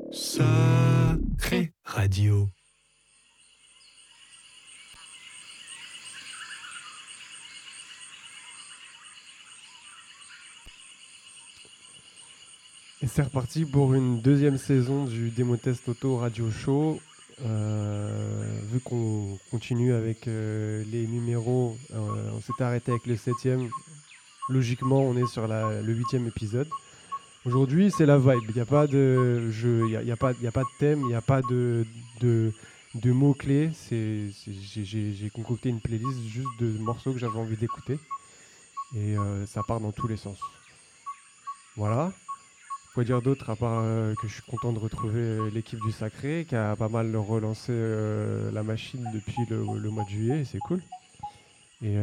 Sacré Radio. Et c'est reparti pour une deuxième saison du Démo Test Auto Radio Show. Vu qu'on continue avec les numéros, on s'était arrêté avec le 7e. Logiquement, on est sur le 8e épisode. Aujourd'hui, c'est la vibe. Il n'y a pas de jeu, il n'y a pas de thème, il n'y a pas de mots-clés. J'ai concocté une playlist juste de morceaux que j'avais envie d'écouter. Et ça part dans tous les sens. Voilà. Quoi dire d'autre à part que je suis content de retrouver l'équipe du Sacré qui a pas mal relancé la machine depuis le mois de juillet, c'est cool. Et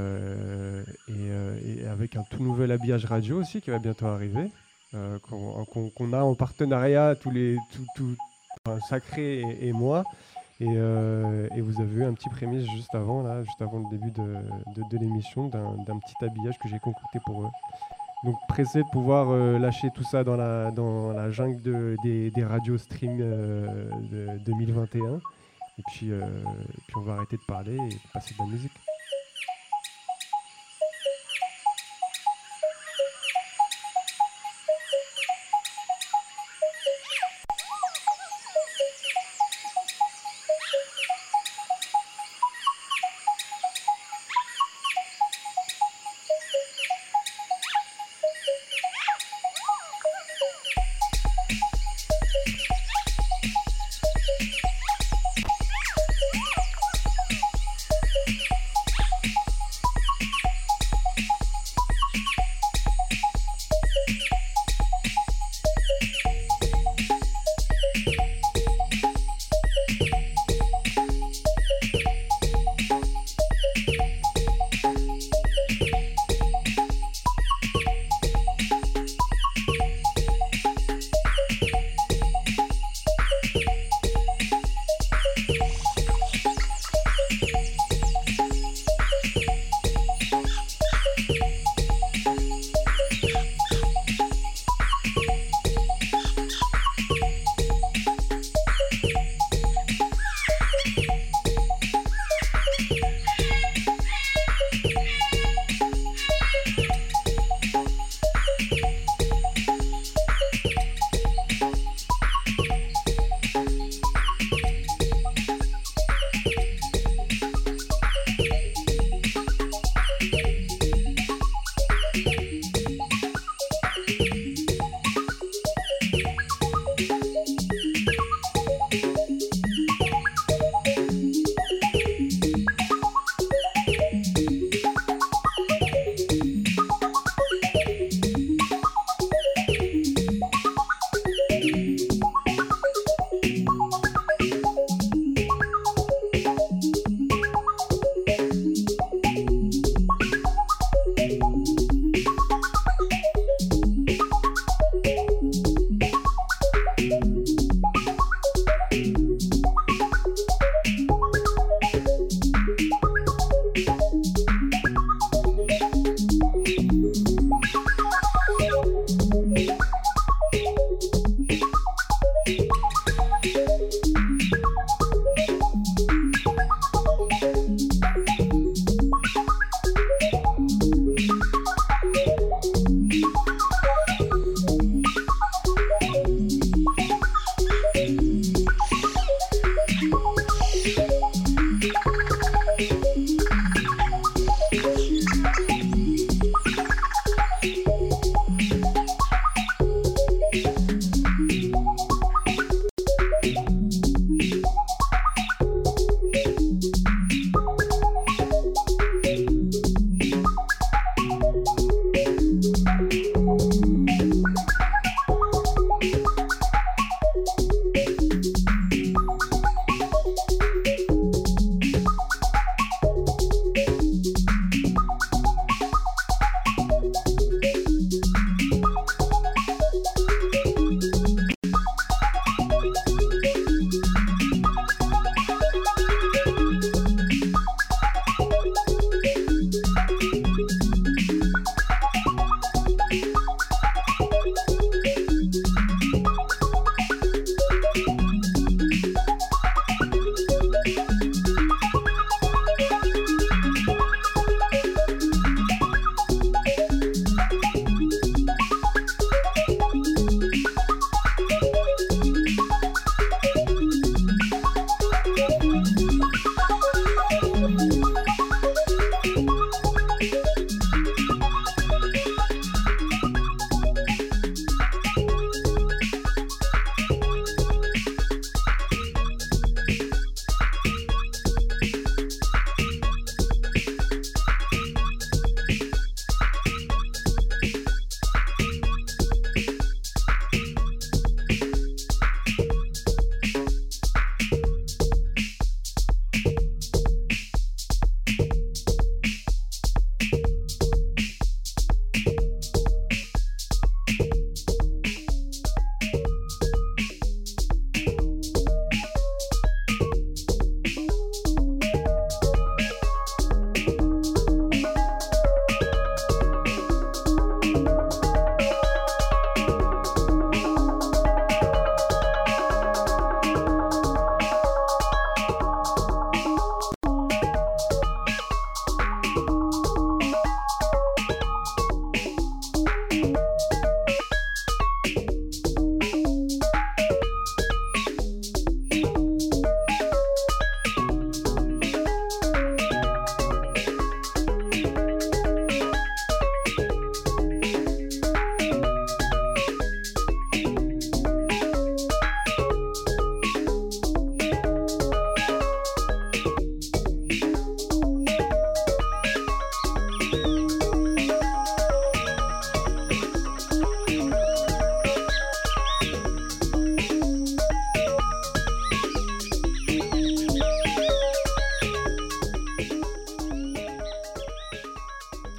avec un tout nouvel habillage radio aussi qui va bientôt arriver, qu'on a en partenariat enfin, Sacré et moi. Et vous avez eu un petit prémisse juste avant le début de l'émission d'un petit habillage que j'ai concocté pour eux. Donc pressé de pouvoir lâcher tout ça dans la jungle des radios stream de 2021. Et puis on va arrêter de parler et passer de la musique.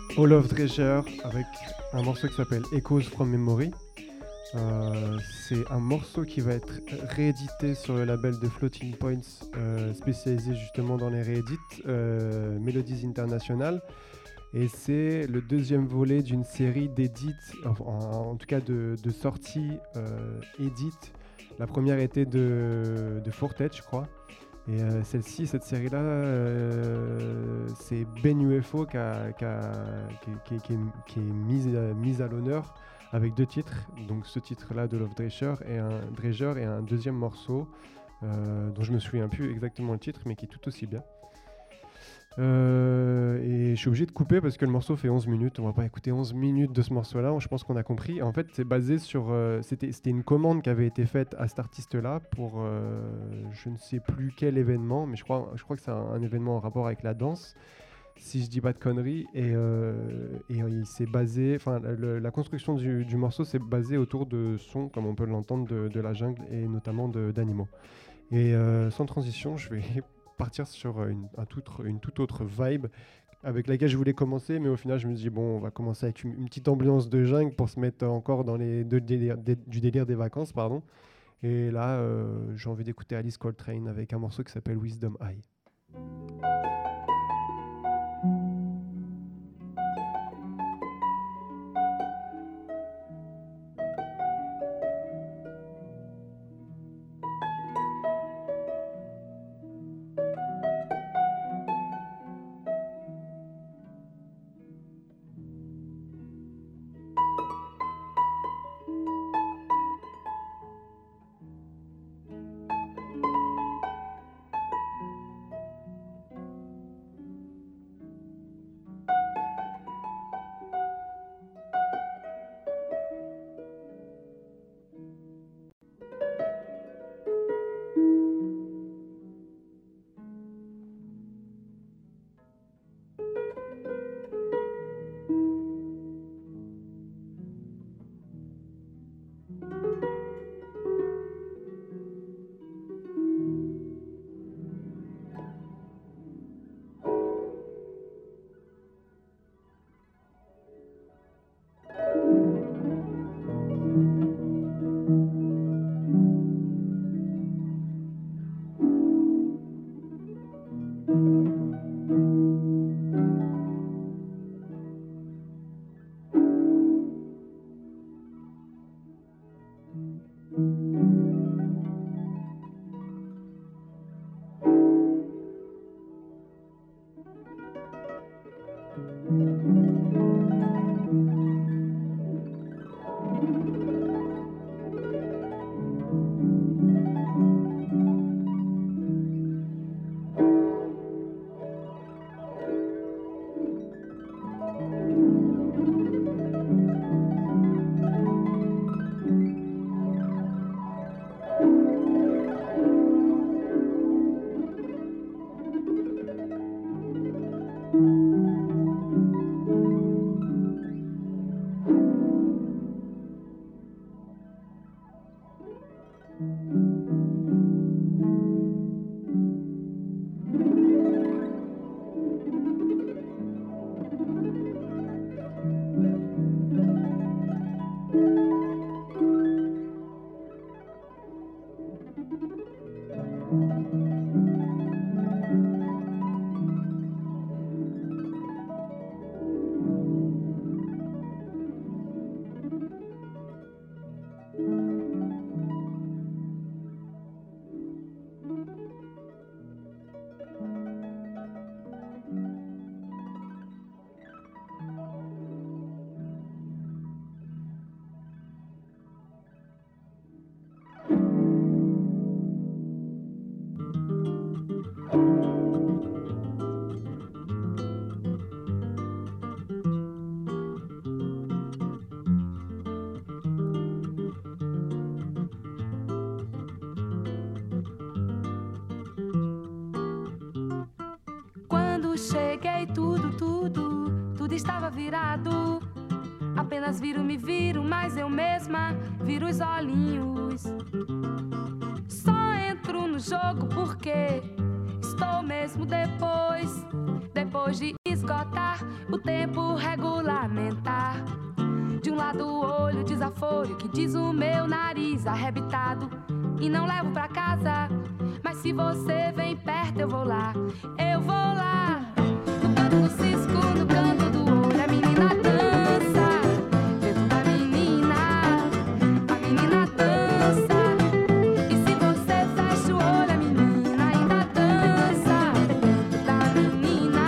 Olaf Drescher avec un morceau qui s'appelle Echoes from Memory. C'est un morceau qui va être réédité sur le label de Floating Points, spécialisé justement dans les réédits, Melodies International. Et c'est le deuxième volet d'une série d'édits, en tout cas de sorties édites. La première était de Fortet, je crois. Et cette série-là, c'est Ben UFO qui est mise à l'honneur avec 2 titres. Donc ce titre-là de Love Drescher et un deuxième morceau dont je me souviens plus exactement le titre, mais qui est tout aussi bien. Et je suis obligé de couper parce que le morceau fait 11 minutes. On va pas écouter 11 minutes de ce morceau-là. Je pense qu'on a compris. En fait, c'est basé sur... c'était une commande qui avait été faite à cet artiste-là pour je ne sais plus quel événement, mais je crois que c'est un événement en rapport avec la danse, si je dis pas de conneries. Et il s'est basé... Enfin, la construction du morceau s'est basée autour de sons, comme on peut l'entendre, de la jungle et notamment d'animaux. Et sans transition, je vais... partir sur une toute autre vibe avec laquelle je voulais commencer, mais au final je me suis dit bon, on va commencer avec une petite ambiance de jungle pour se mettre encore dans du délire des vacances, pardon. Et là j'ai envie d'écouter Alice Coltrane avec un morceau qui s'appelle Wisdom Eye. Cheguei, tudo estava virado. Apenas me viro, mas eu mesma viro os olhinhos. Só entro no jogo porque estou mesmo depois de esgotar o tempo regulamentar. De um lado o olho desaforo que diz o meu nariz arrebitado e não levo pra casa. Mas se você vem perto eu vou lá, eu vou lá. No canto do cisco, no canto do olho, a menina dança. Dentro da menina, a menina dança. E se você fecha o olho, a menina ainda dança. Dentro da menina,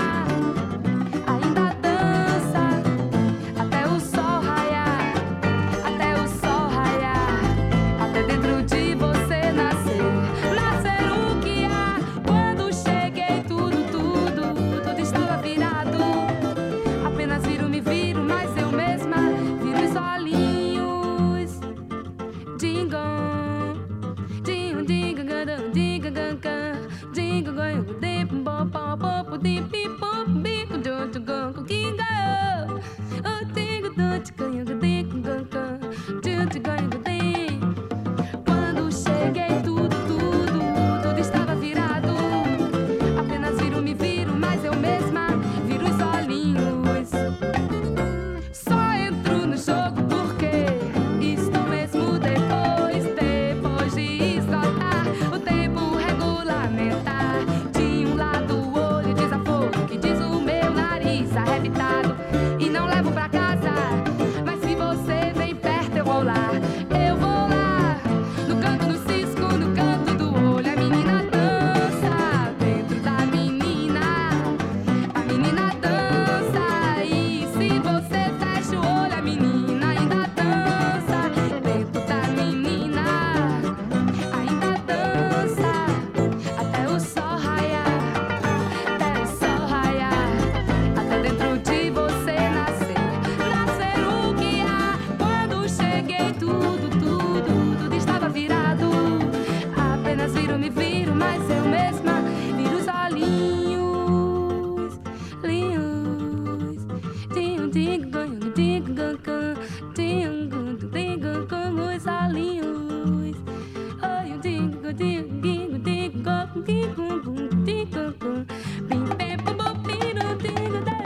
ainda dança. Até o sol raiar, até o sol raiar. Até dentro de você nascer, nascer o que há. Quando cheguei tudo estava virado. Apenas me viro, mas eu mesma viro os olhinhos. Dingam, ding ding gadam, ding gangan, ding gangan, dim bom bom bom, dim bim bom bim, dum dum dum, ginga. O ding dum gangan, ding gangan, dum gangan, ding. Quando cheguei tudo estava virado. Apenas me viro, mas eu mesma viro os olhinhos. Só entro no jogo porque estou mesmo depois de esgotar o tempo regulamentar. De um lado o olho desafogo que diz o meu nariz arrebitado e não levo pra casa. Mas se você vem perto eu vou lá, eu vou lá. No canto do cisco, no canto do olho, a menina dança. Dentro da menina, a menina dança. E se você fecha o olho, a menina ainda dança. Dentro da menina, ainda dança. Até o sol raiar, até o sol raiar. Até dentro de você nascer, nascer o que há. Quando cheguei tudo estava virado. Apenas me viro, mas eu mesma viro os olhinhos. Linhos, ding ding gang, ding gang, ding ding gang, os olhinhos. Oi, ding ding ding ding gang, ding gang, ding gang, bim bim bum bum bim ding da.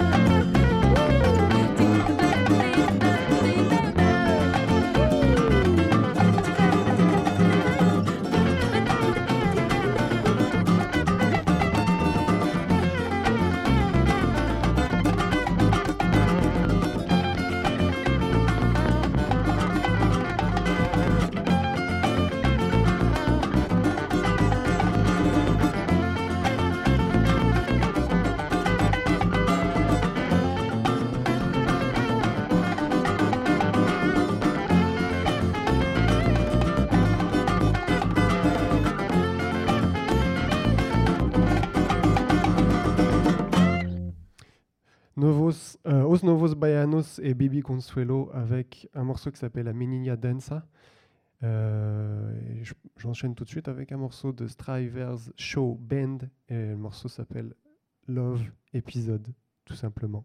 Os Novos Baianos et Bibi Consuelo avec un morceau qui s'appelle La Menina Dança. J'enchaîne tout de suite avec un morceau de Strivers Show Band et le morceau s'appelle Love Episode, tout simplement.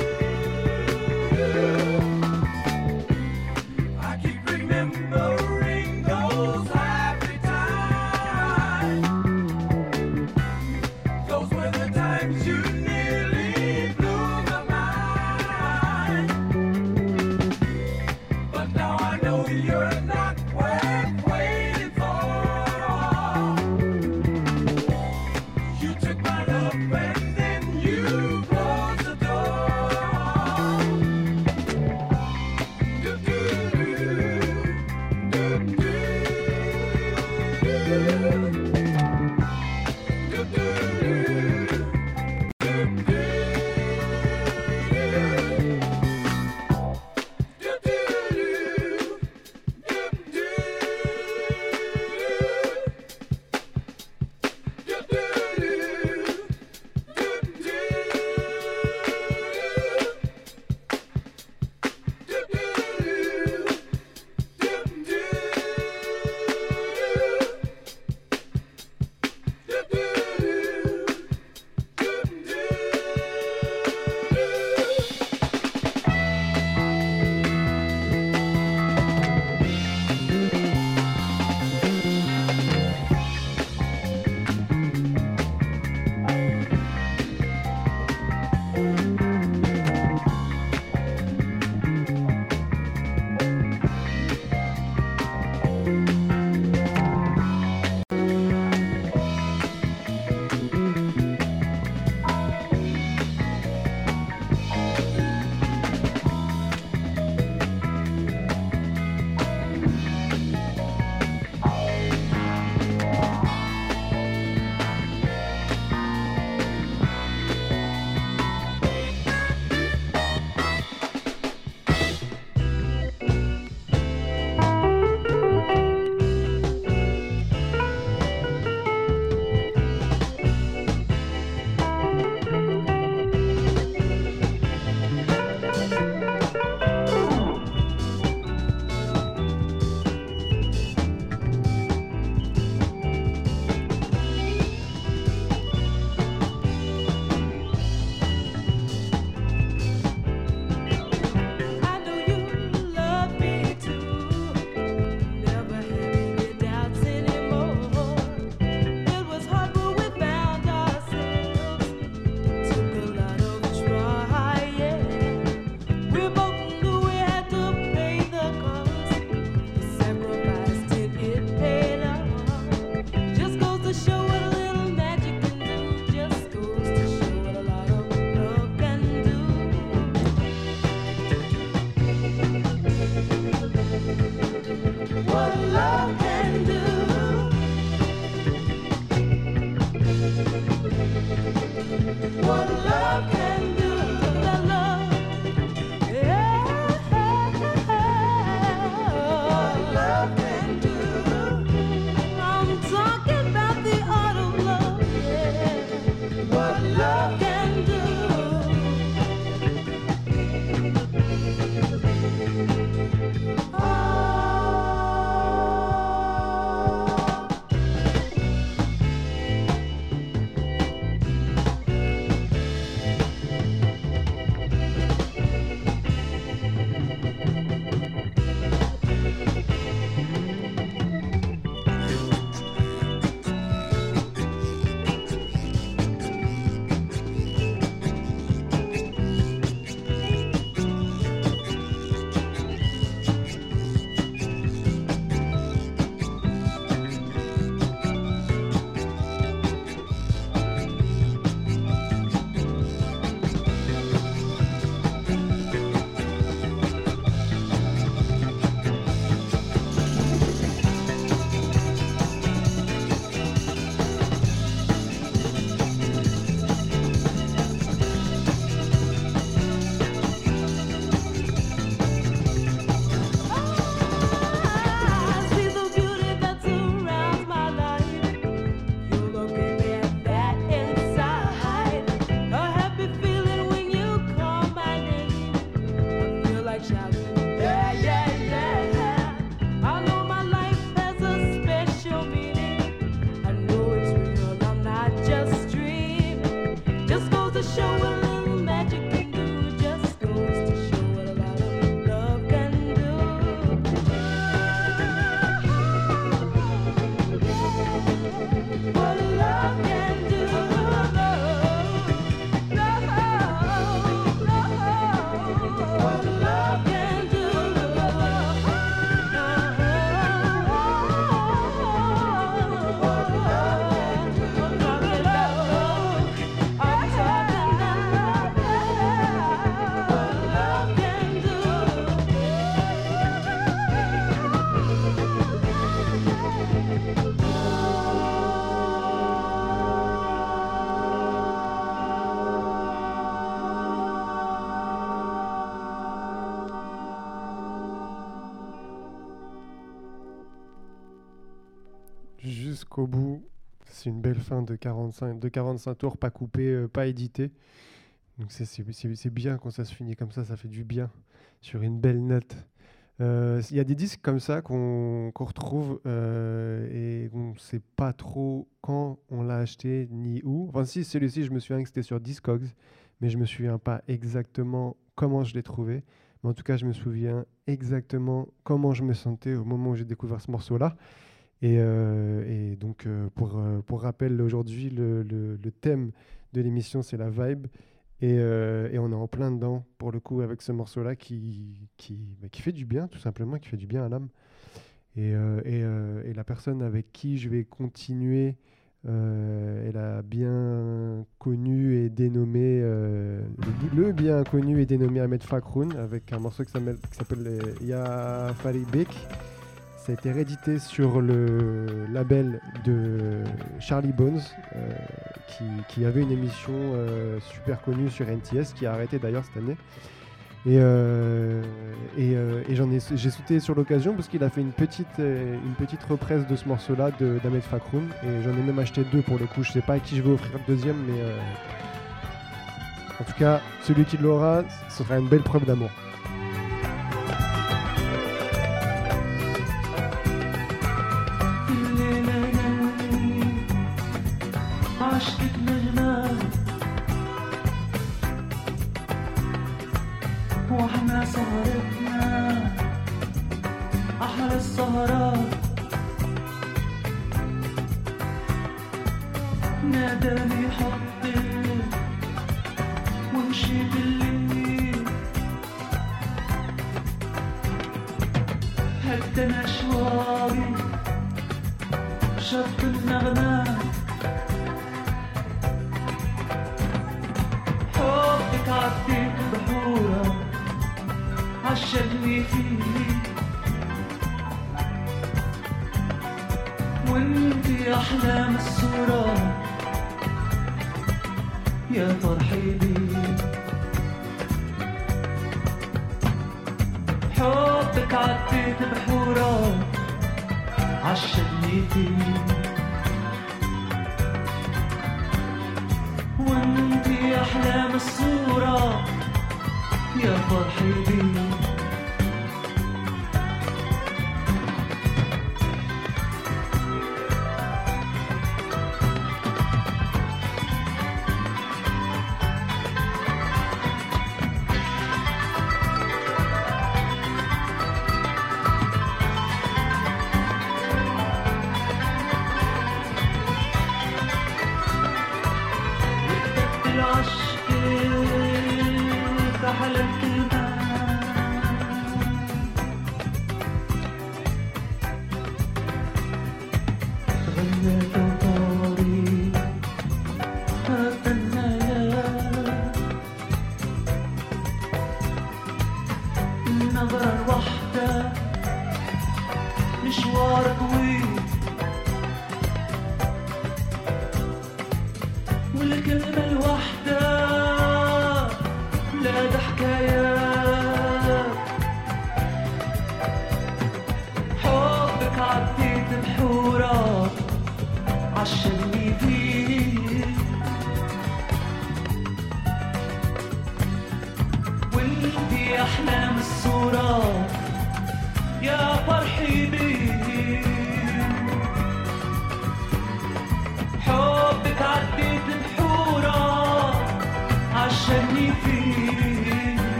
I keep remembering jusqu'au bout. C'est une belle fin de 45 tours, pas coupé, pas édité. Donc c'est bien quand ça se finit comme ça fait du bien, sur une belle note. Il y a des disques comme ça qu'on retrouve et on ne sait pas trop quand on l'a acheté ni où. Enfin si, celui-ci, je me souviens que c'était sur Discogs, mais je ne me souviens pas exactement comment je l'ai trouvé. Mais en tout cas, je me souviens exactement comment je me sentais au moment où j'ai découvert ce morceau-là. Et donc, pour rappel, aujourd'hui, le thème de l'émission, c'est la vibe. Et on est en plein dedans, pour le coup, avec ce morceau-là qui fait du bien, tout simplement, qui fait du bien à l'âme. Et la personne avec qui je vais continuer, elle a bien connu et dénommé, le bien connu et dénommé Ahmed Fakroun, avec un morceau qui s'appelle Ya Faribek. Ça a été réédité sur le label de Charlie Bones, qui avait une émission super connue sur NTS, qui a arrêté d'ailleurs cette année. Et j'ai sauté sur l'occasion parce qu'il a fait une petite reprise de ce morceau-là d'Ahmed Fakroun. Et j'en ai même acheté 2 pour le coup. Je sais pas à qui je vais offrir le deuxième, mais en tout cas, celui qui l'aura, ce sera une belle preuve d'amour. واحنا سهرتنا احلى السهرات ناداني حطي ومشي بالليل هدى مشواري شط النغمات حبك عديت بحورة عشقني فيك وانتي احلام الصورة يا فرحي بيك حبك عديت بحورة عشقني فيك وانتي احلام الصورة يا فرحي بيك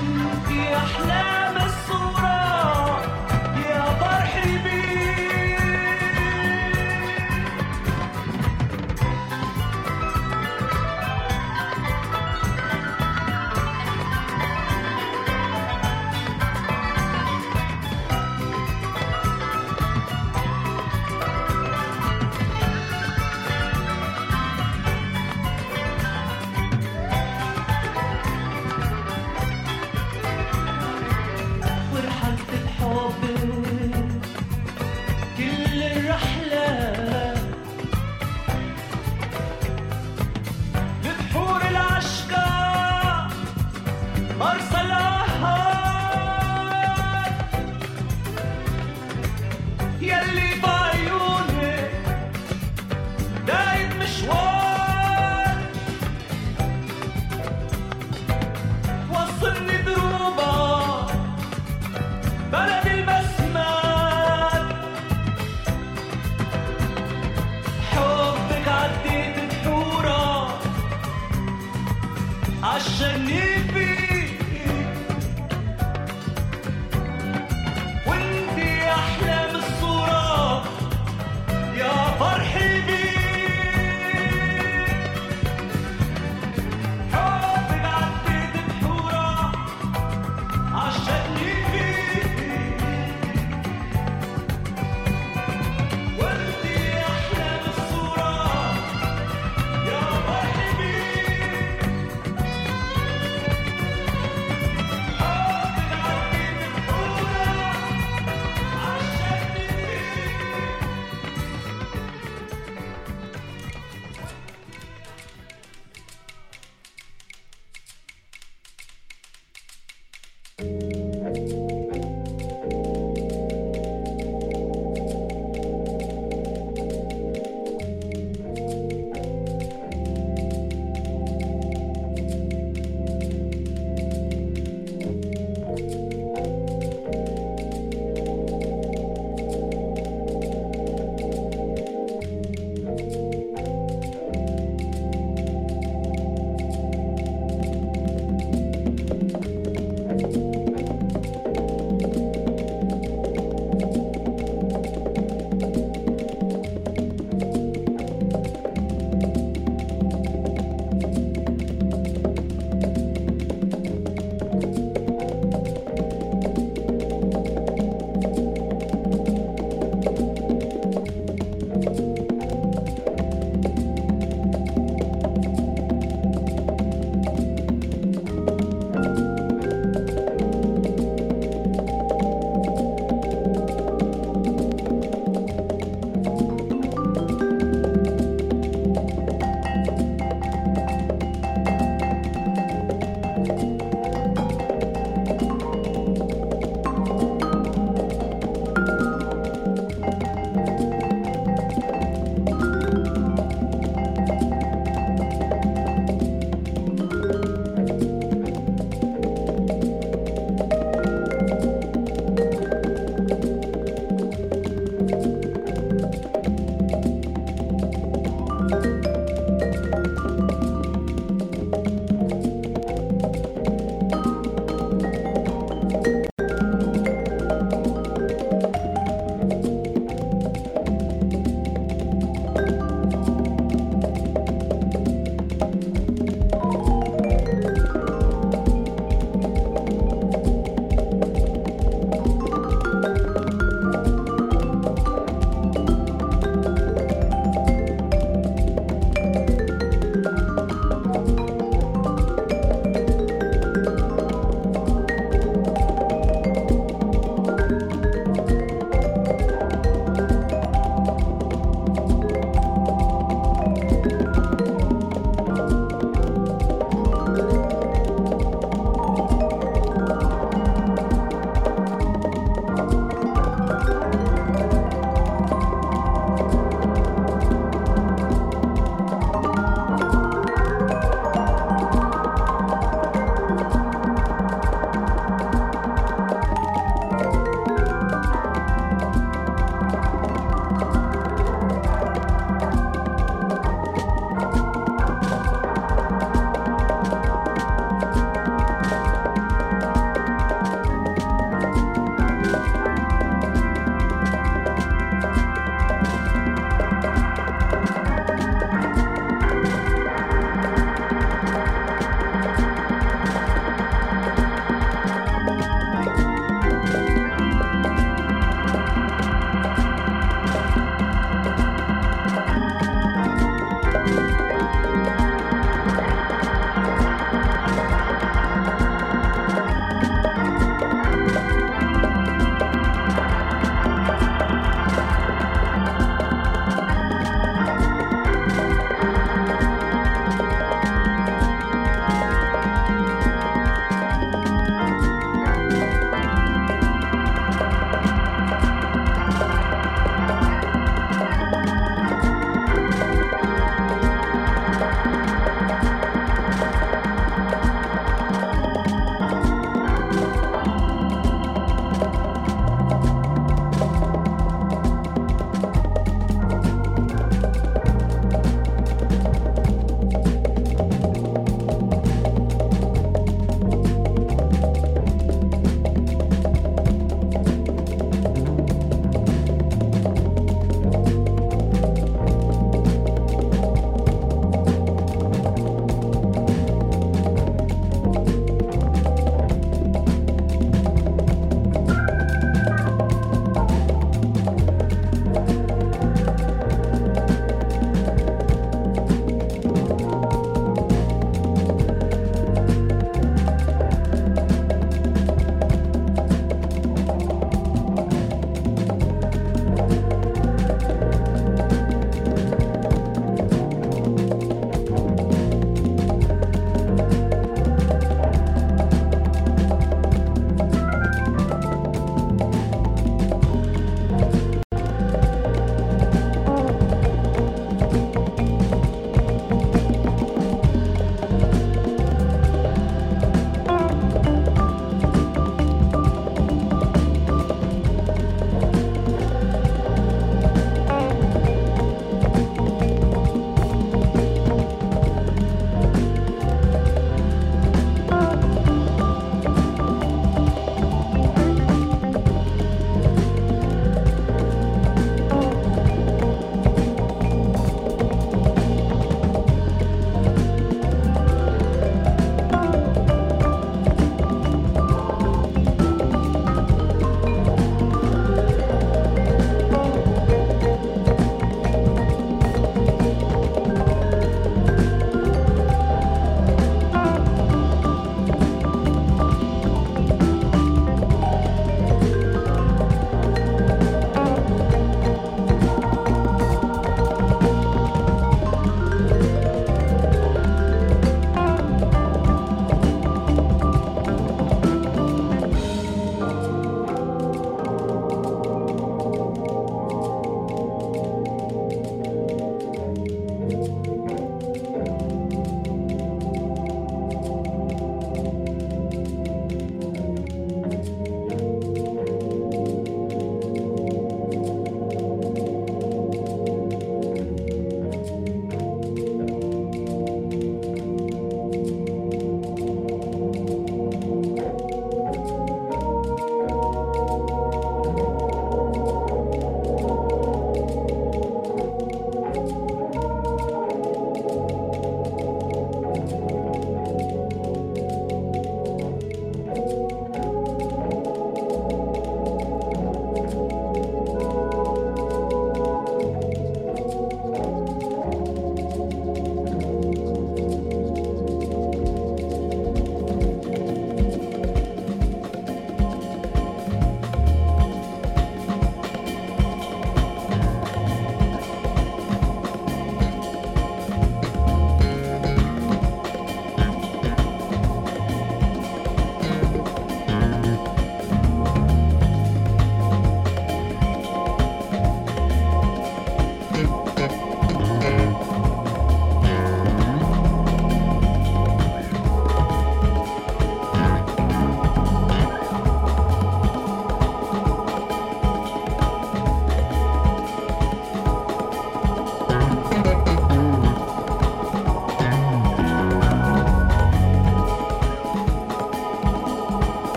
أحلام الصورة يا فرحي بيك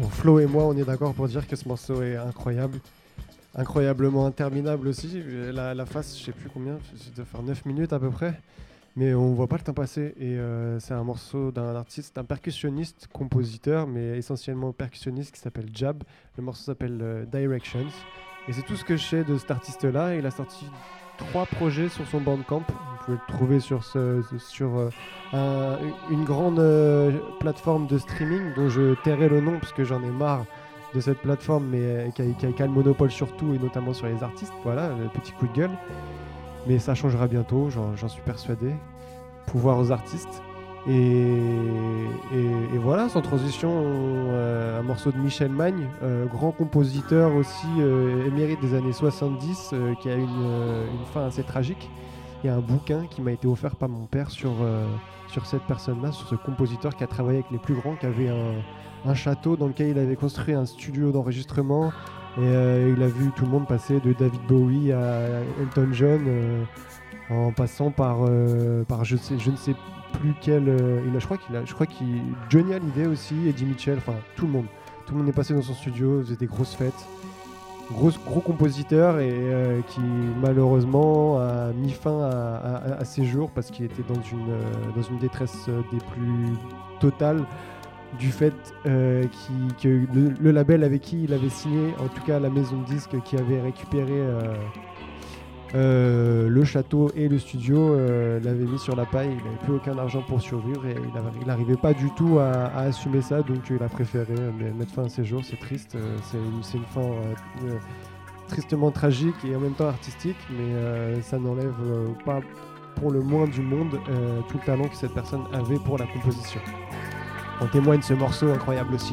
Flo et moi, on est d'accord pour dire que ce morceau est incroyable. Incroyablement interminable aussi. La phase, je sais plus combien, ça doit faire 9 minutes à peu près. Mais on voit pas le temps passer. Et c'est un morceau d'un artiste, d'un percussionniste, compositeur, mais essentiellement percussionniste qui s'appelle Jab. Le morceau s'appelle Directions. Et c'est tout ce que je sais de cet artiste-là. Il a sorti 3 projets sur son Bandcamp. Vous pouvez le trouver sur une grande plateforme de streaming dont je tairai le nom parce que j'en ai marre de cette plateforme, mais qui a le monopole sur tout et notamment sur les artistes. Voilà, le petit coup de gueule. Mais ça changera bientôt, j'en suis persuadé. Pouvoir aux artistes. Et voilà, sans transition, un morceau de Michel Magne, grand compositeur aussi, émérite des années 70, qui a une fin assez tragique. Il y a un bouquin qui m'a été offert par mon père sur cette personne-là, sur ce compositeur qui a travaillé avec les plus grands, qui avait un château dans lequel il avait construit un studio d'enregistrement. Et il a vu tout le monde passer de David Bowie à Elton John, en passant par je ne sais plus quel. Je crois qu'il Johnny Hallyday aussi, Eddie Mitchell, enfin tout le monde est passé dans son studio, faisait des grosses fêtes. Gros compositeur et qui malheureusement a mis fin à ses jours parce qu'il était dans une détresse des plus totales du fait que le label avec qui il avait signé, en tout cas la maison de disques qui avait récupéré le château et le studio, l'avait mis sur la paille. Il n'avait plus aucun argent pour survivre et il n'arrivait pas du tout à assumer ça, donc il a préféré mettre fin à ses jours. C'est triste, c'est une fin tristement tragique et en même temps artistique, mais ça n'enlève pas pour le moins du monde tout le talent que cette personne avait pour la composition. En témoigne ce morceau incroyable aussi.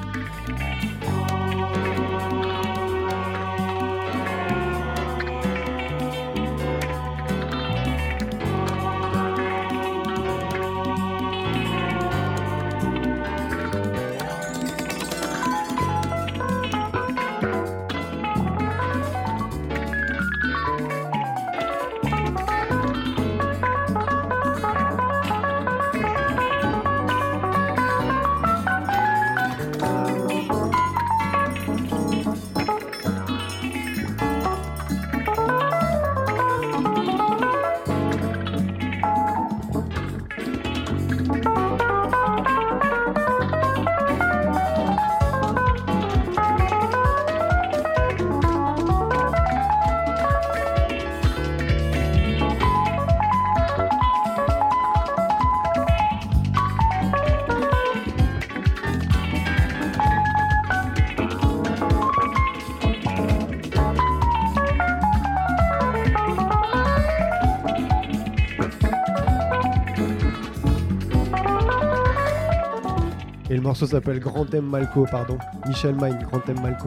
Et le morceau s'appelle Grand M Malco, pardon. Michel Magne, Grand M Malco.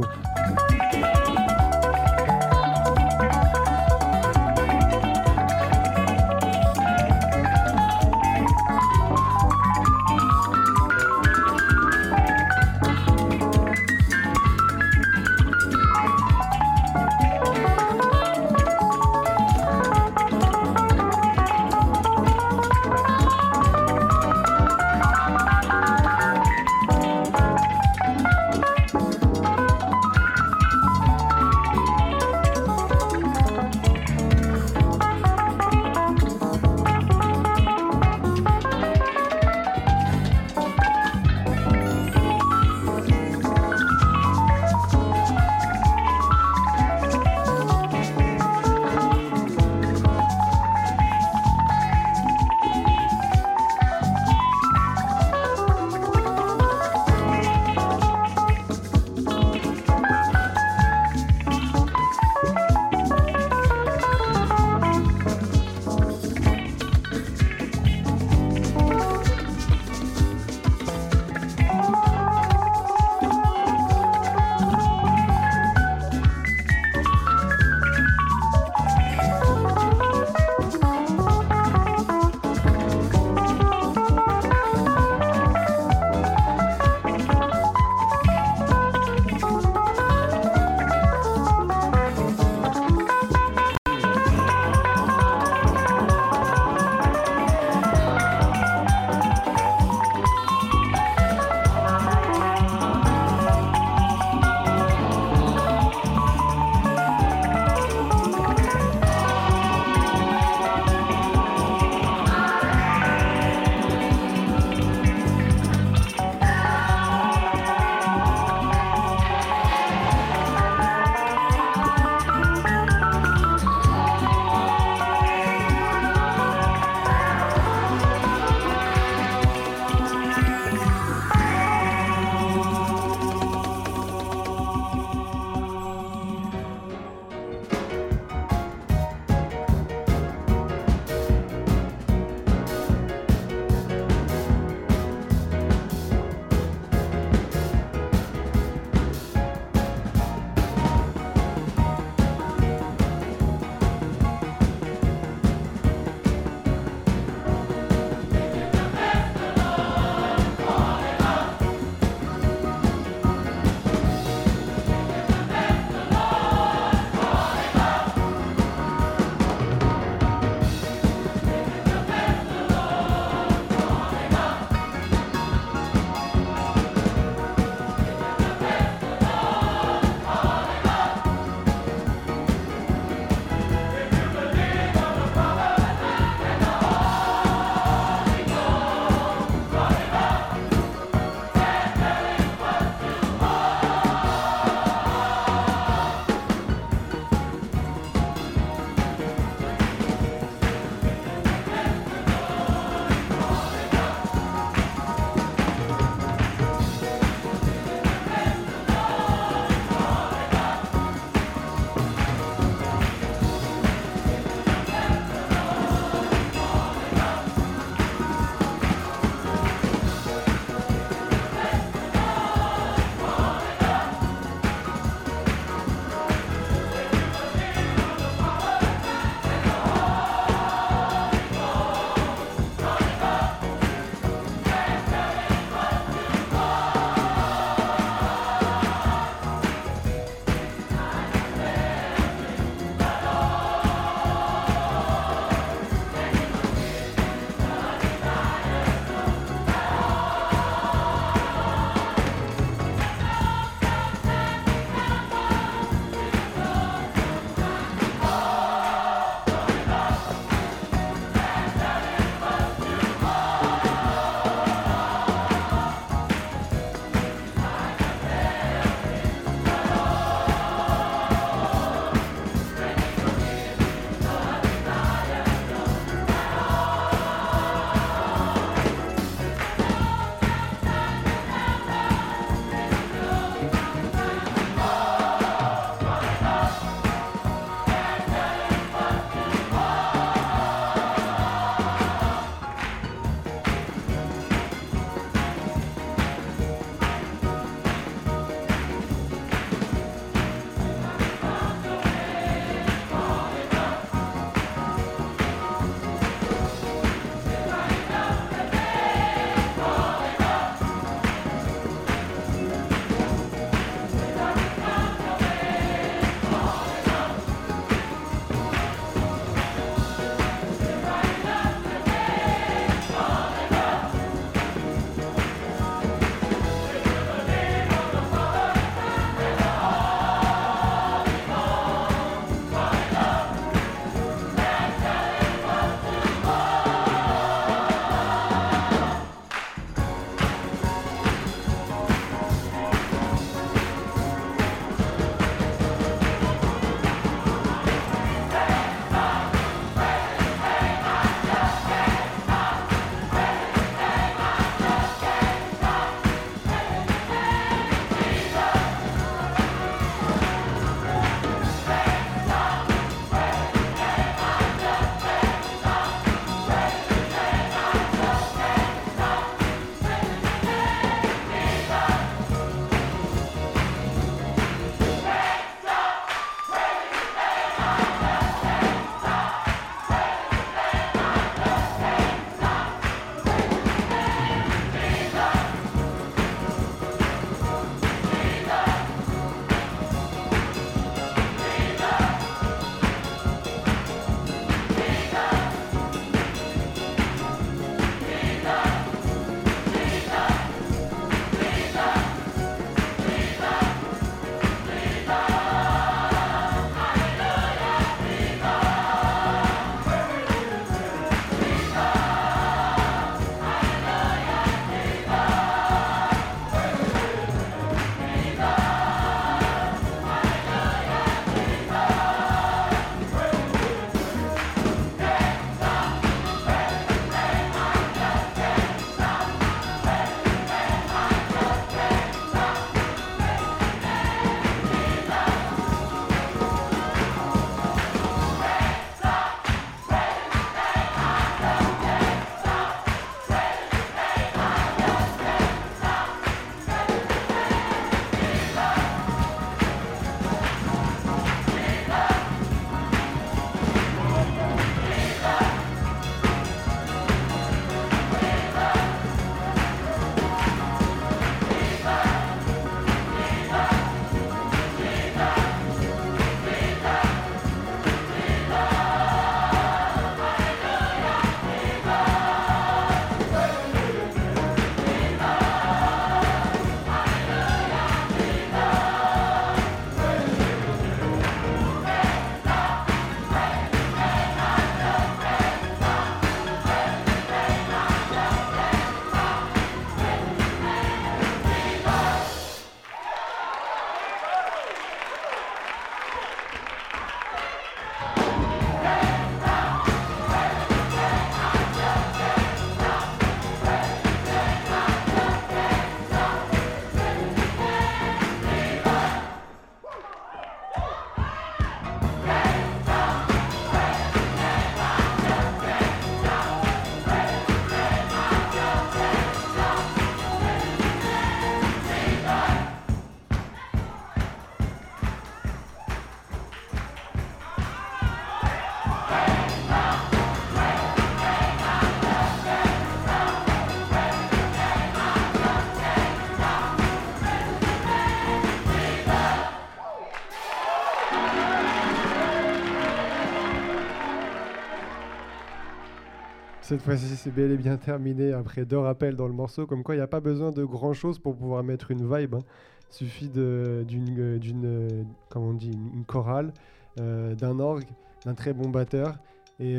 Cette fois-ci, c'est bel et bien terminé après 2 rappels dans le morceau. Comme quoi, il n'y a pas besoin de grand-chose pour pouvoir mettre une vibe. Hein. Il suffit comment on dit, une chorale, d'un orgue, d'un très bon batteur et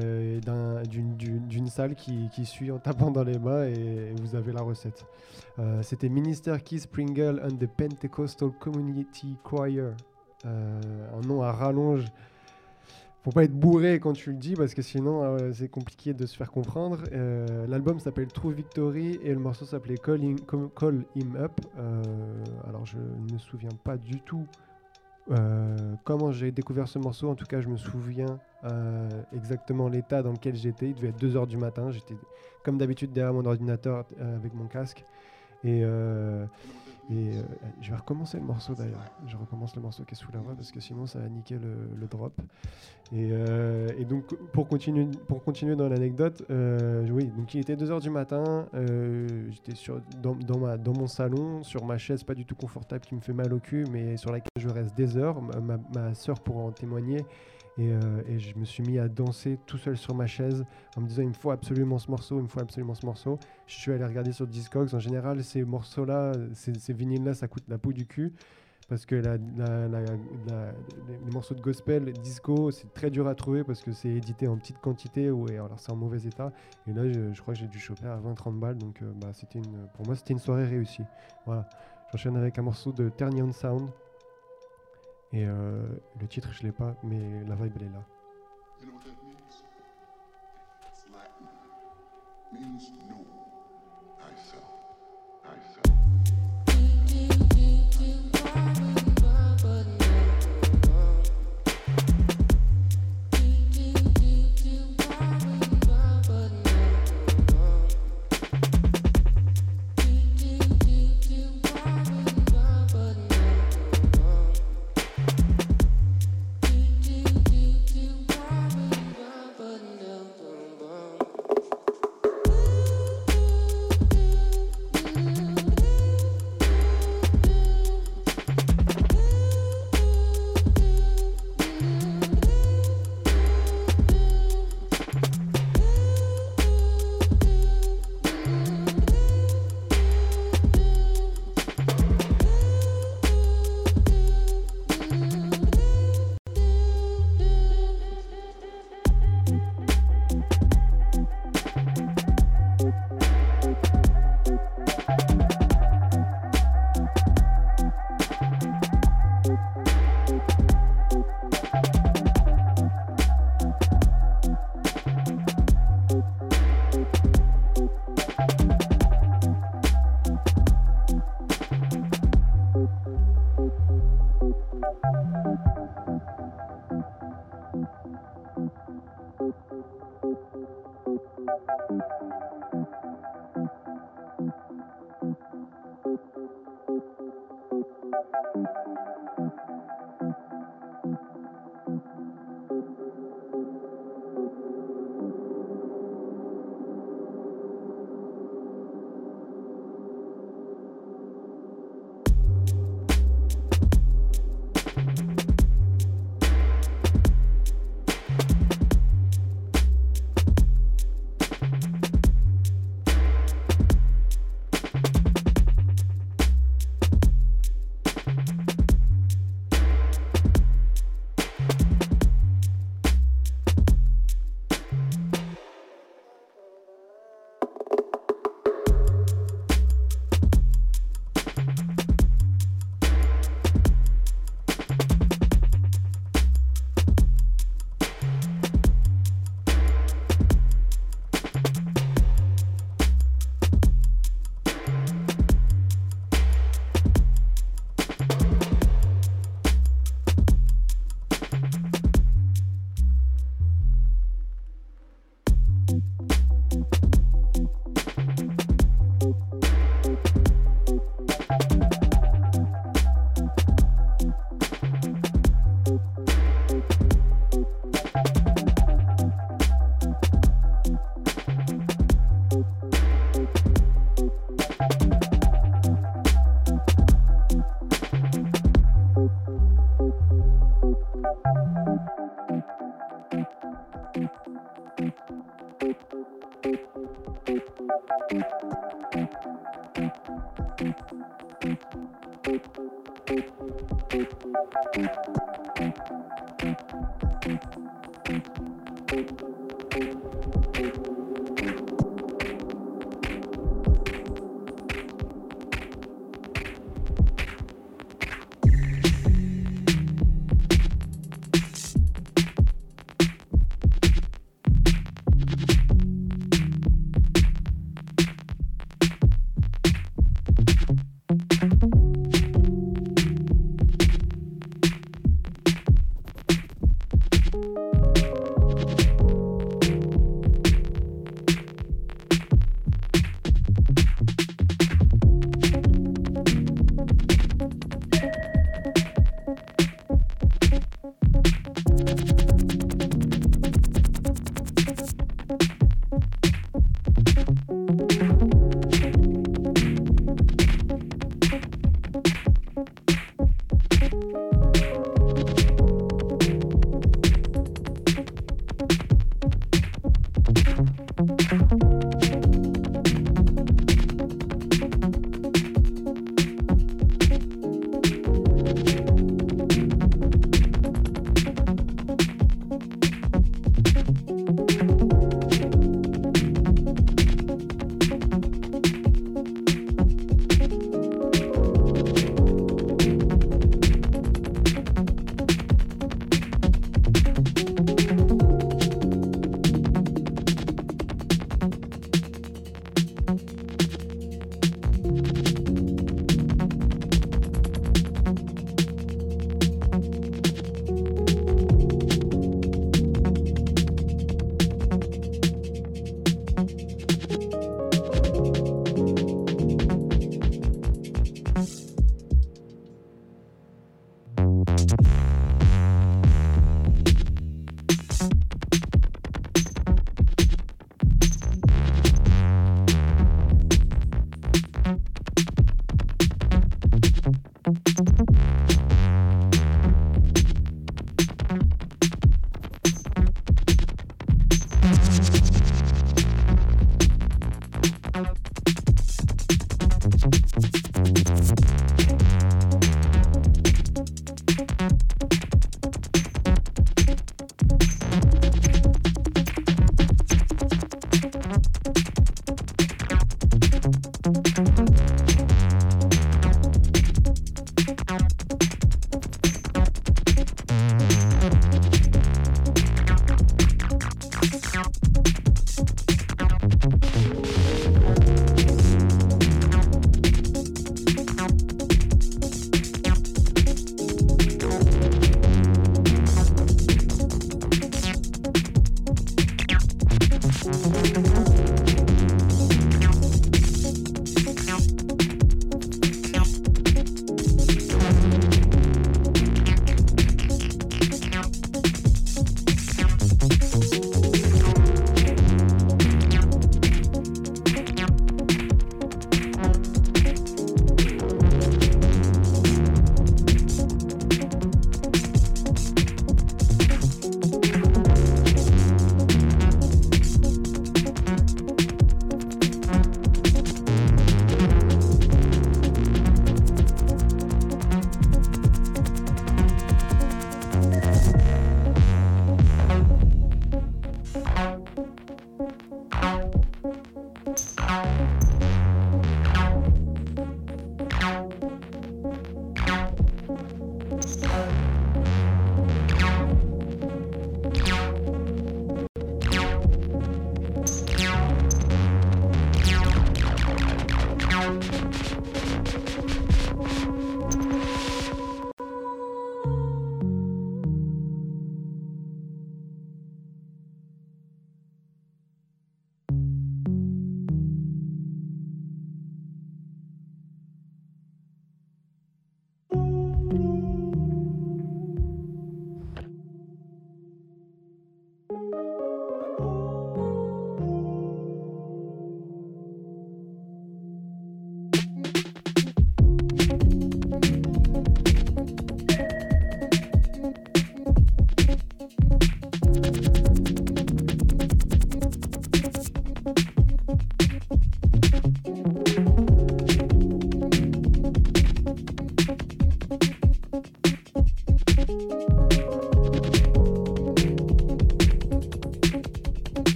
d'une salle qui suit en tapant dans les mains et vous avez la recette. C'était Minister Keith Pringle and the Pentecostal Community Choir. Un nom à rallonge. Faut pas être bourré quand tu le dis parce que sinon c'est compliqué de se faire comprendre. L'album s'appelle True Victory et le morceau s'appelait Call Him Up. Alors je ne me souviens pas du tout comment j'ai découvert ce morceau. En tout cas je me souviens exactement l'état dans lequel j'étais. Il devait être 2h du matin. J'étais comme d'habitude derrière mon ordinateur avec mon casque. Et je vais recommencer le morceau d'ailleurs. Je recommence le morceau qui est sous la voix parce que sinon ça va niquer le drop. Et donc pour continuer dans l'anecdote, oui, donc il était 2h du matin. J'étais dans mon salon sur ma chaise pas du tout confortable qui me fait mal au cul, mais sur laquelle je reste des heures. Ma sœur pourra en témoigner. Et je me suis mis à danser tout seul sur ma chaise en me disant il me faut absolument ce morceau. Je suis allé regarder sur Discogs. En général, ces morceaux-là, ces vinyles-là, ça coûte la peau du cul parce que les morceaux de gospel, disco, c'est très dur à trouver parce que c'est édité en petite quantité et alors c'est en mauvais état. Et là, je crois que j'ai dû choper à 20-30 balles. Donc pour moi, c'était une soirée réussie. Voilà. J'enchaîne avec un morceau de Turn On Sound. Et le titre, je l'ai pas, mais la vibe, elle est là. You know what that means? It's Latin. It means know thyself.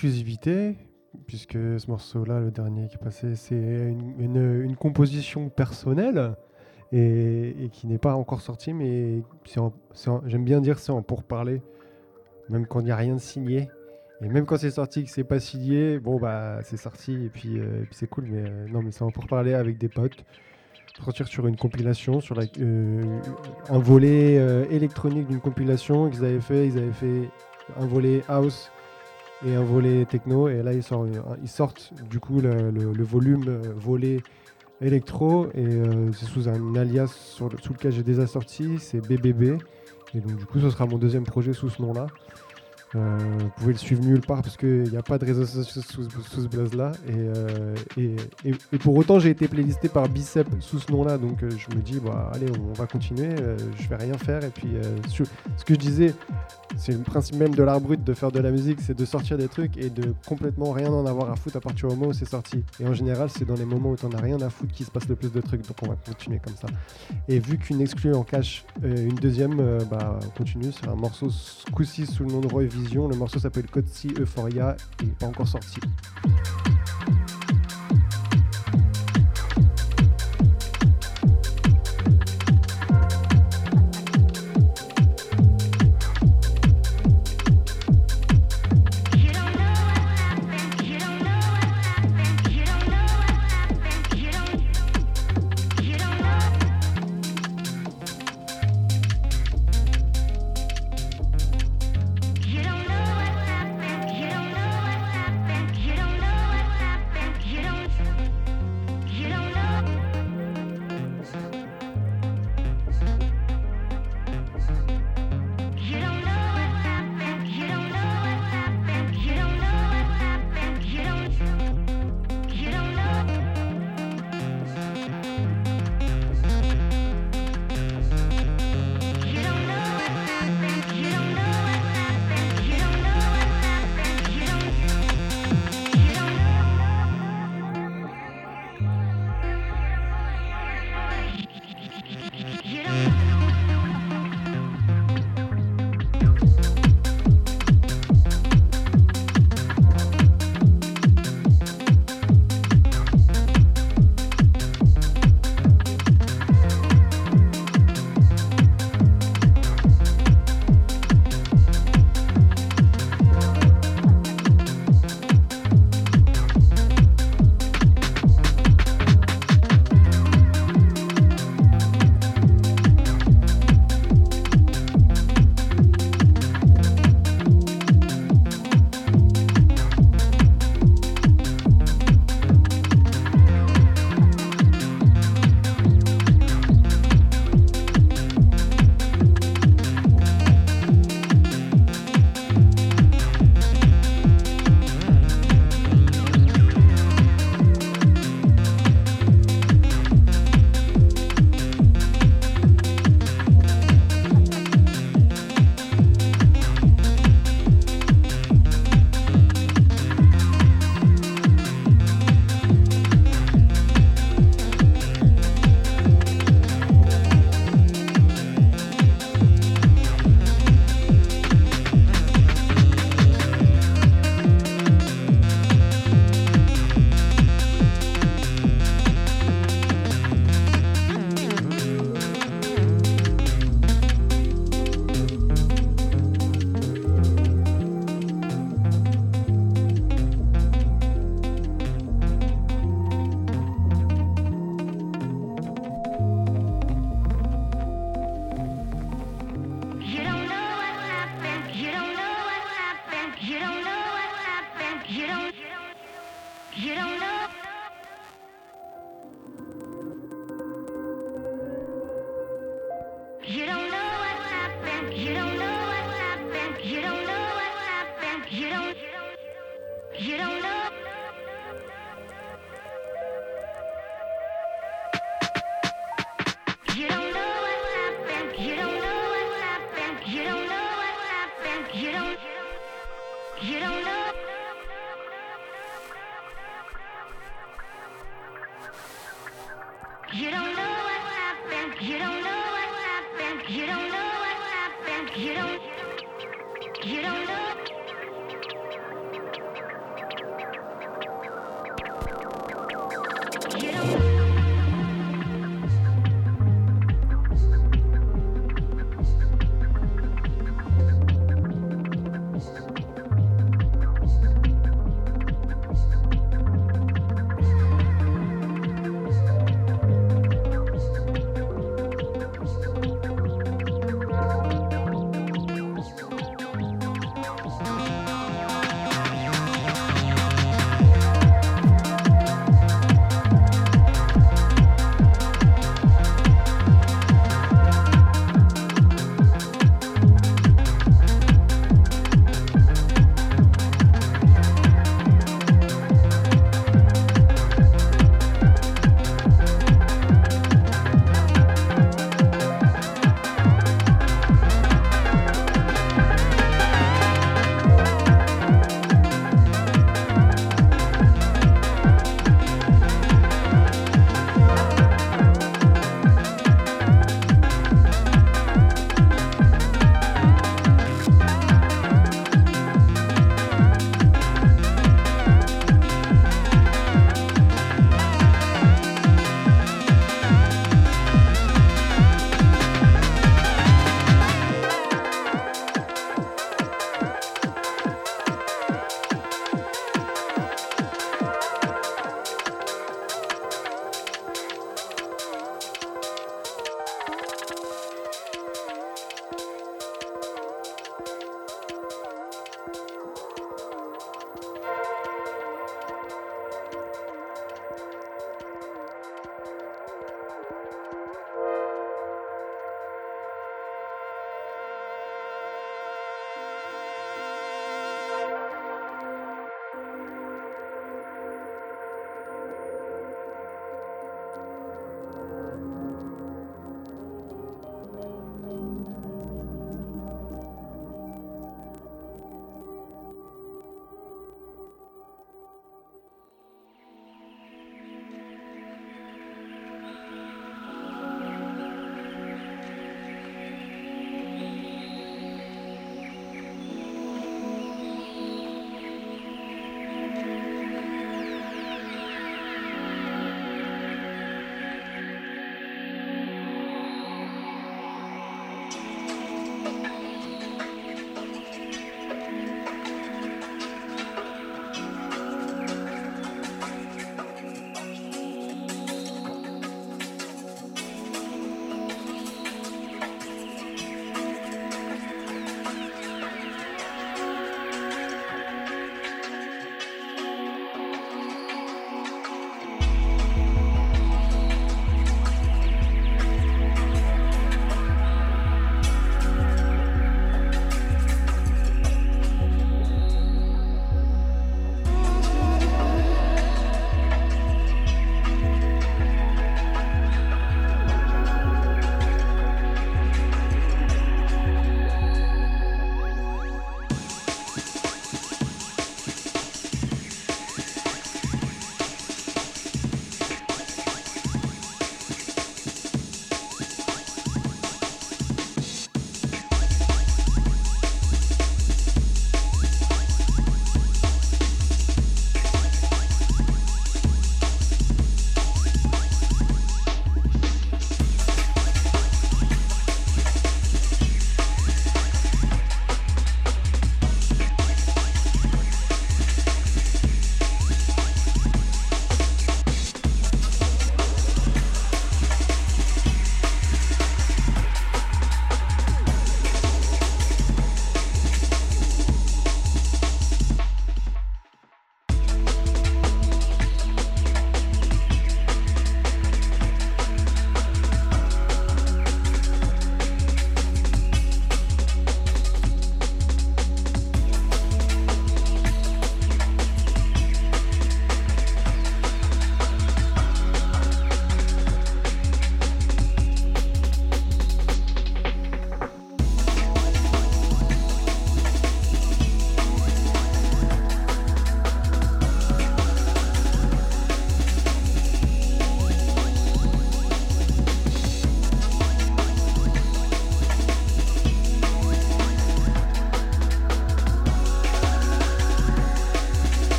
exclusivité, puisque ce morceau-là, le dernier qui est passé, c'est une composition personnelle et qui n'est pas encore sortie, mais j'aime bien dire c'est en pourparler, même quand il n'y a rien de signé. Et même quand c'est sorti, que c'est pas signé, bon bah c'est sorti et puis c'est cool, mais non, mais c'est en pourparler avec des potes. Sortir sur une compilation, sur un volet électronique d'une compilation qu'ils avaient fait. Ils avaient fait un volet house et un volet techno, et là ils sortent du coup le volume volet électro, et c'est sous un alias sous lequel j'ai déjà sorti, c'est BBB, et donc du coup ce sera mon deuxième projet sous ce nom-là. Vous pouvez le suivre nulle part parce qu'il n'y a pas de réseaux sociaux sous ce blaze-là. Et pour autant, j'ai été playlisté par Bicep sous ce nom-là. Donc je me dis, bah, allez, on va continuer. Je vais rien faire. Et puis, ce que je disais, c'est le principe même de l'art brut de faire de la musique, c'est de sortir des trucs et de complètement rien en avoir à foutre à partir du moment où c'est sorti. Et en général, c'est dans les moments où tu n'en as rien à foutre qu'il se passe le plus de trucs. Donc on va continuer comme ça. Et vu qu'une exclue en cache une deuxième, bah, on continue. C'est un morceau ce coup-ci sous le nom de Roy Vision. Le morceau s'appelle Code C Euphoria et il n'est pas encore sorti.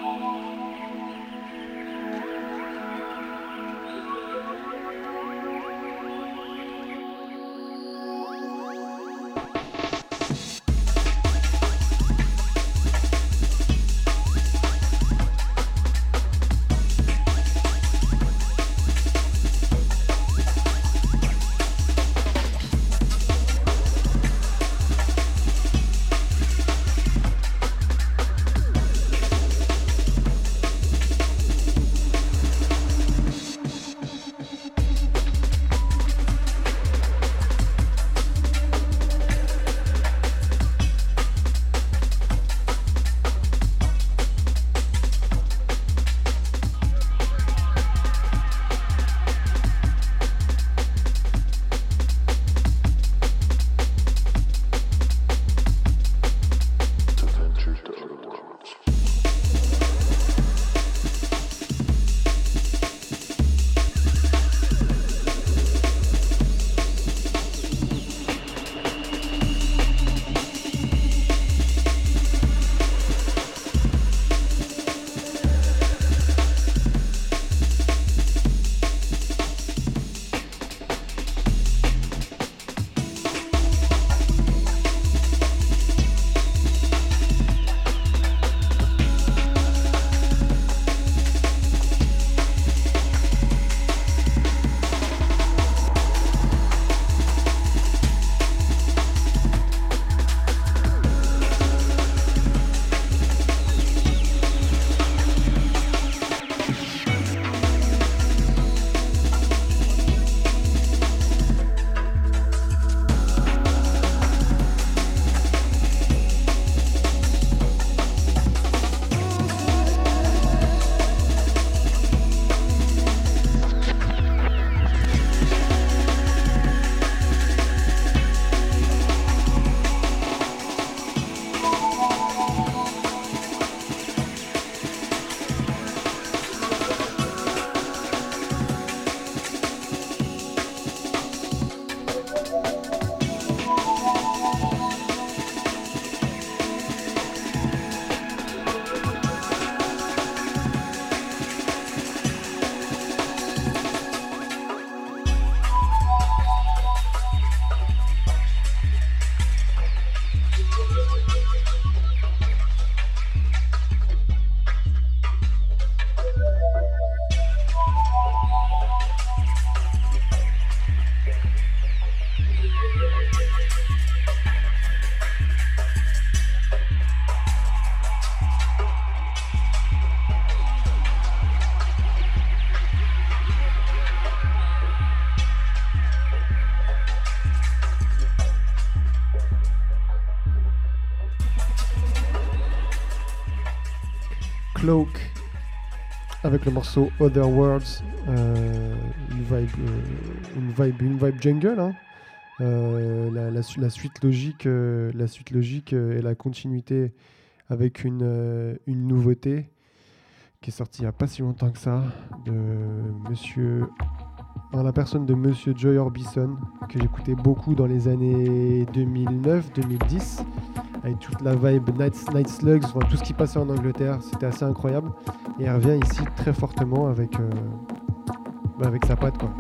Cloak avec le morceau Other Worlds, une vibe jungle, hein. La suite logique et la continuité avec une nouveauté qui est sortie il n'y a pas si longtemps que ça, en la personne de Monsieur Joy Orbison, que j'écoutais beaucoup dans les années 2009-2010, avec toute la vibe Night Slugs, enfin, tout ce qui passait en Angleterre, c'était assez incroyable. Et elle revient ici très fortement avec sa patte, quoi.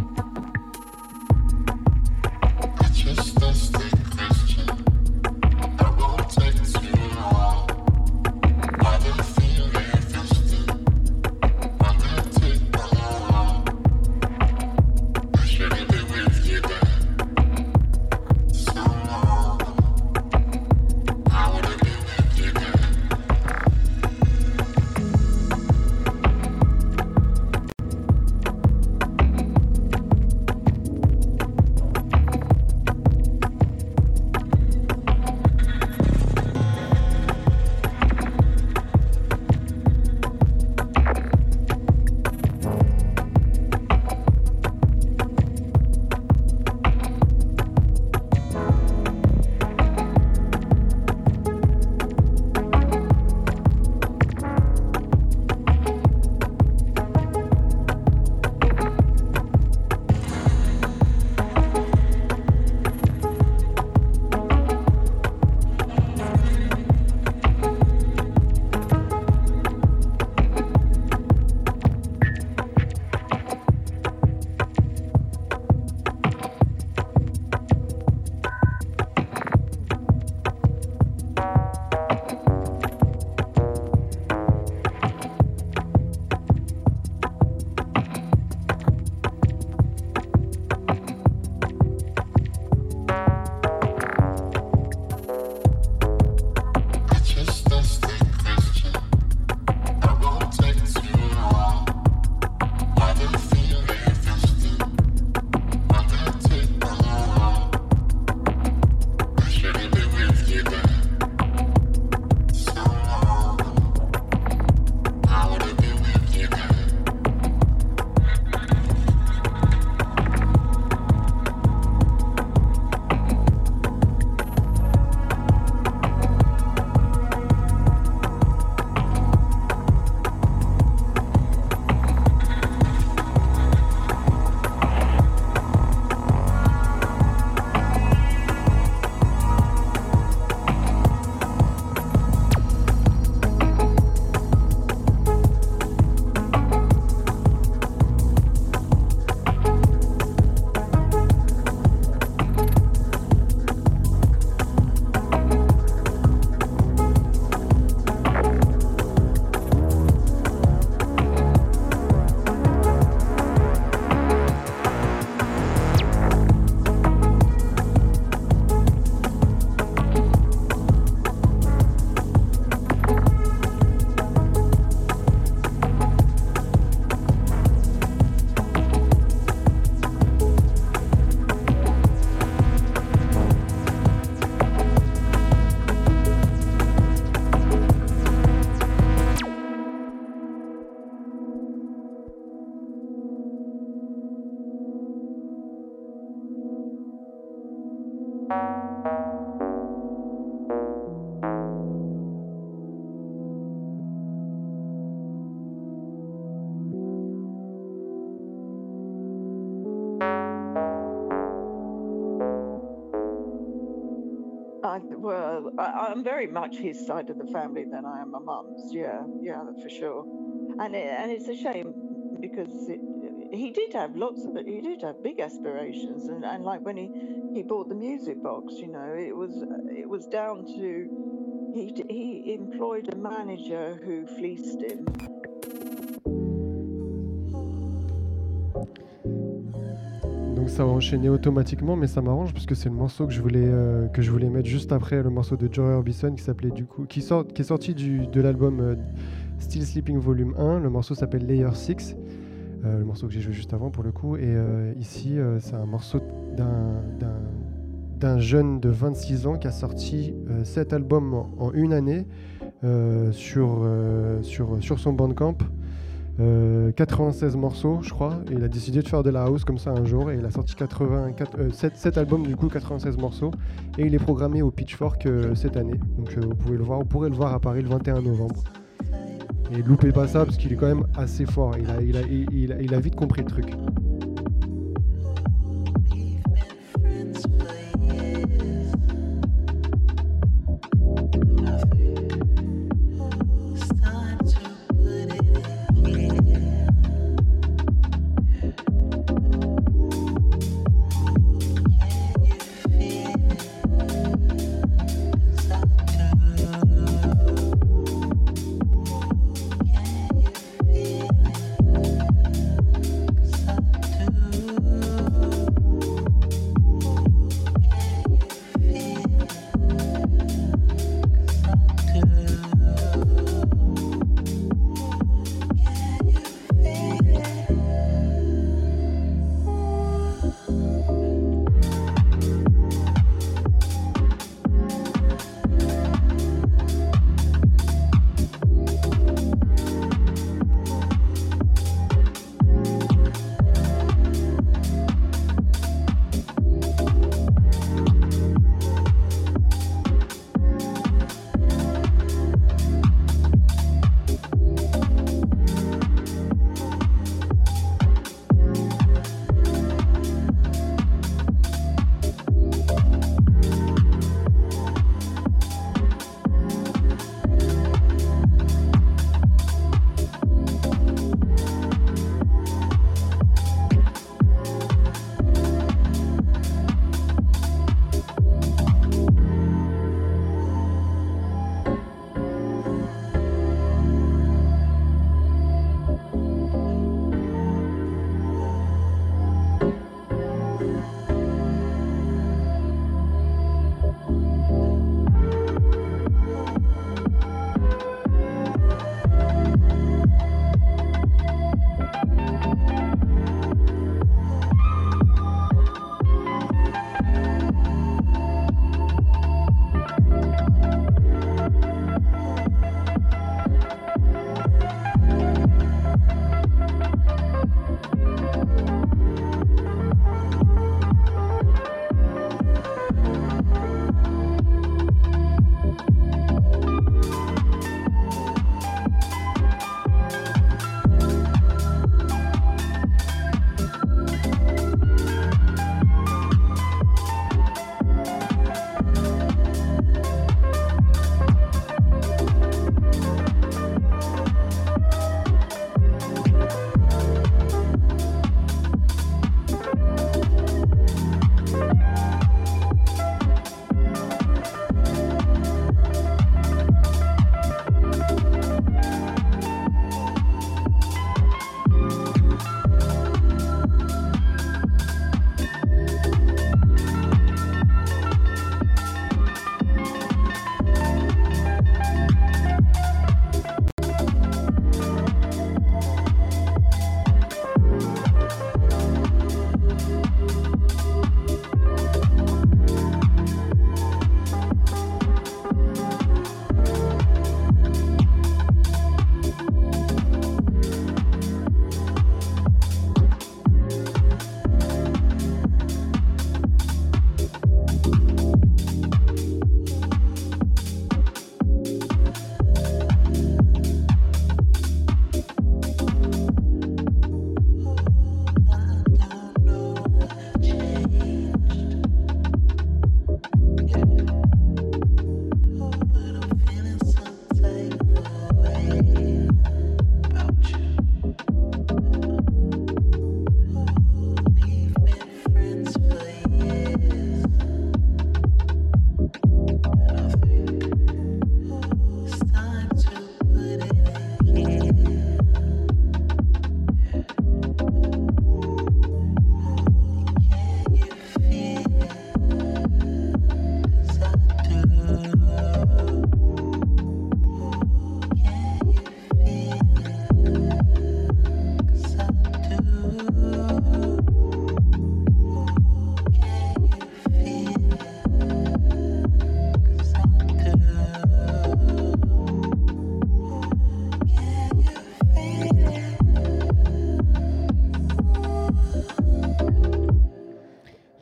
I'm very much his side of the family than I am my mum's. Yeah, for sure. And it's a shame because he did have big aspirations, and like when he bought the music box, you know, it was down to he employed a manager who fleeced him. Donc ça va enchaîner automatiquement, mais ça m'arrange parce que c'est le morceau que je voulais mettre juste après le morceau de Joey Orbison qui s'appelait du coup qui est sorti de l'album Still Sleeping Volume 1. Le morceau s'appelle Layer 6, le morceau que j'ai joué juste avant pour le coup. Et ici, c'est un morceau d'un jeune de 26 ans qui a sorti 7 albums en une année sur son Bandcamp. 96 morceaux je crois, et il a décidé de faire de la house comme ça un jour, et il a sorti 7 albums du coup, 96 morceaux, et il est programmé au Pitchfork cette année, donc vous pourrez le voir à Paris le 21 novembre, et loupez pas ça parce qu'il est quand même assez fort, il a vite compris le truc.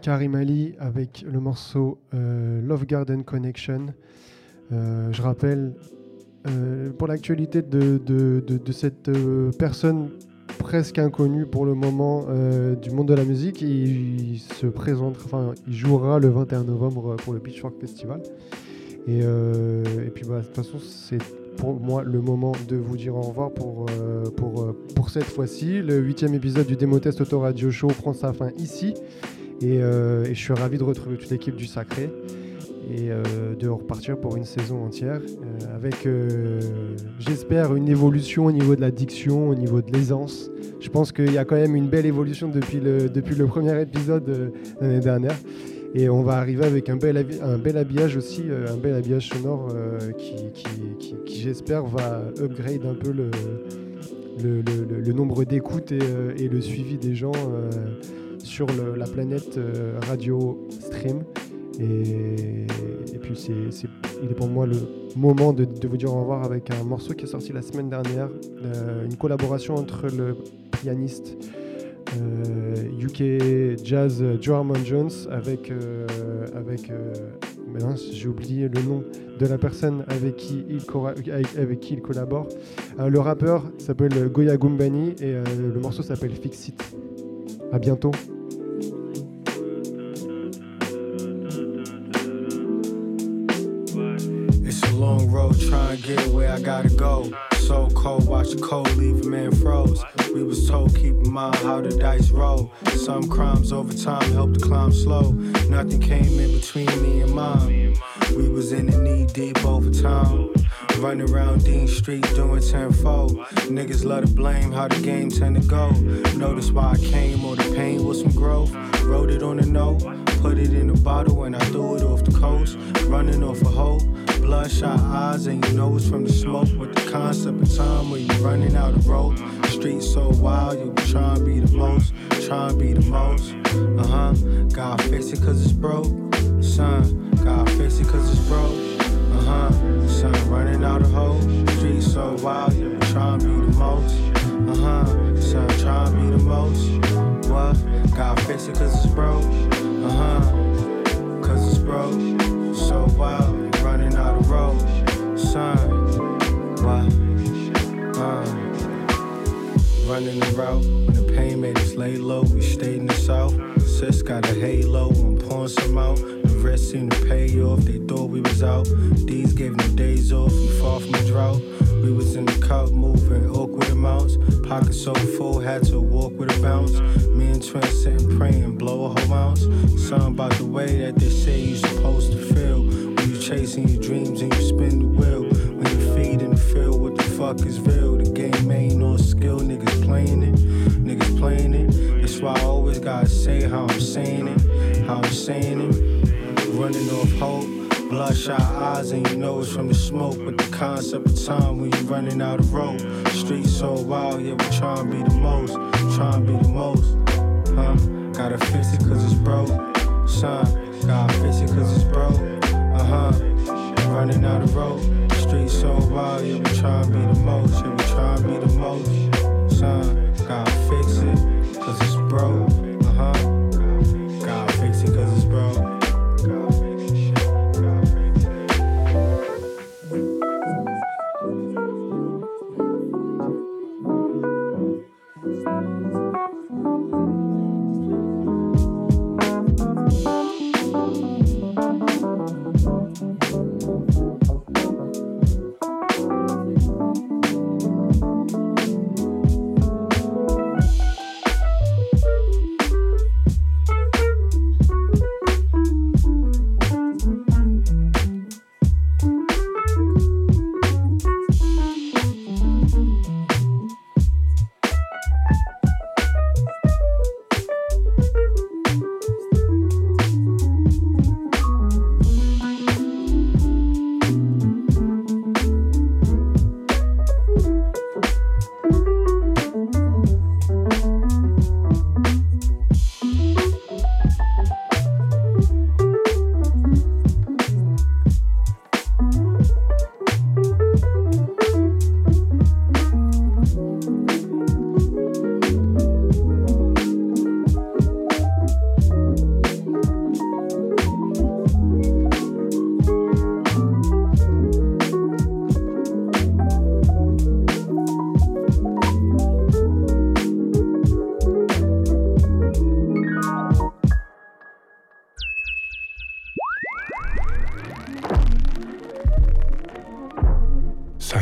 Karim Ali avec le morceau Love Garden Connection. Je rappelle, pour l'actualité de cette personne presque inconnue pour le moment du monde de la musique, il jouera le 21 novembre pour le Pitchfork Festival. Et puis de toute façon, c'est pour moi le moment de vous dire au revoir pour cette fois-ci. Le 8e épisode du Démo Test Auto Radio Show prend sa fin ici. Et je suis ravi de retrouver toute l'équipe du Sacré et de repartir pour une saison entière avec, j'espère, une évolution au niveau de la diction, au niveau de l'aisance. Je pense qu'il y a quand même une belle évolution depuis le premier épisode l'année dernière. Et on va arriver avec un bel habillage aussi, un bel habillage sonore qui j'espère, va upgrade un peu le nombre d'écoutes et le suivi des gens sur la planète radio stream. Et puis il est pour moi le moment de vous dire au revoir avec un morceau qui est sorti la semaine dernière, une collaboration entre le pianiste UK Jazz Jorman Jones avec j'ai oublié le nom de la personne avec qui il collabore. Le rappeur s'appelle Goya Gumbani et le morceau s'appelle Fix It. À bientôt. It's a long road trying to get where I gotta go. So cold, watch the cold leave a man froze. We was told keep in mind how the dice roll. Some crimes over time help to climb slow. Nothing came in between me and mine. We was in the knee deep over time. Running around Dean Street doing tenfold. Niggas love to blame how the game tend to go. Notice why I came or the pain was some growth. Wrote it on the note, put it in a bottle and I threw it off the coast. Running off a hope, bloodshot eyes and you know it's from the smoke. With the concept of time where you running out of rope. The streets so wild, you try and be the most. Try and be the most, gotta fix it cause it's broke. Son, gotta fix it cause it's broke. Son, running out of hope. Streets so wild, you try and be the most. Son, try and be the most. What? Gotta fix it cause it's broke. Cause it's broke. So wild, you running out of road. Son, what? Running the route. When the pain made us lay low, we stayed in the south. Sis got a halo, I'm pouring some out. The rest seemed to pay off, they thought we was out. These gave them days off, we far from a drought. We was in the cup, moving awkward amounts. Pockets so full, had to walk with a bounce. Me and Twin sitting praying, blow a whole ounce. Something about the way that they say you supposed to feel. When you chasing your dreams and you spin the wheel. When you feed in the field, what the fuck is real? The game ain't no skill, niggas playing it. Niggas playing it. That's why I always gotta say how I'm saying it. How I'm saying it. Running off hope. Bloodshot eyes and you know it's from the smoke. But the concept of time when you running out of road. Streets so wild, yeah, we trying to be the most. Trying to be the most. Gotta fix it cause it's broke. Son, gotta fix it cause it's broke. Running out of road. Streets so wild, yeah, we trying to be the most. Yeah, we trying to be the most. Son, gotta fix it cause it's broke. Gotta fix it cause it's broke.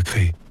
sacré.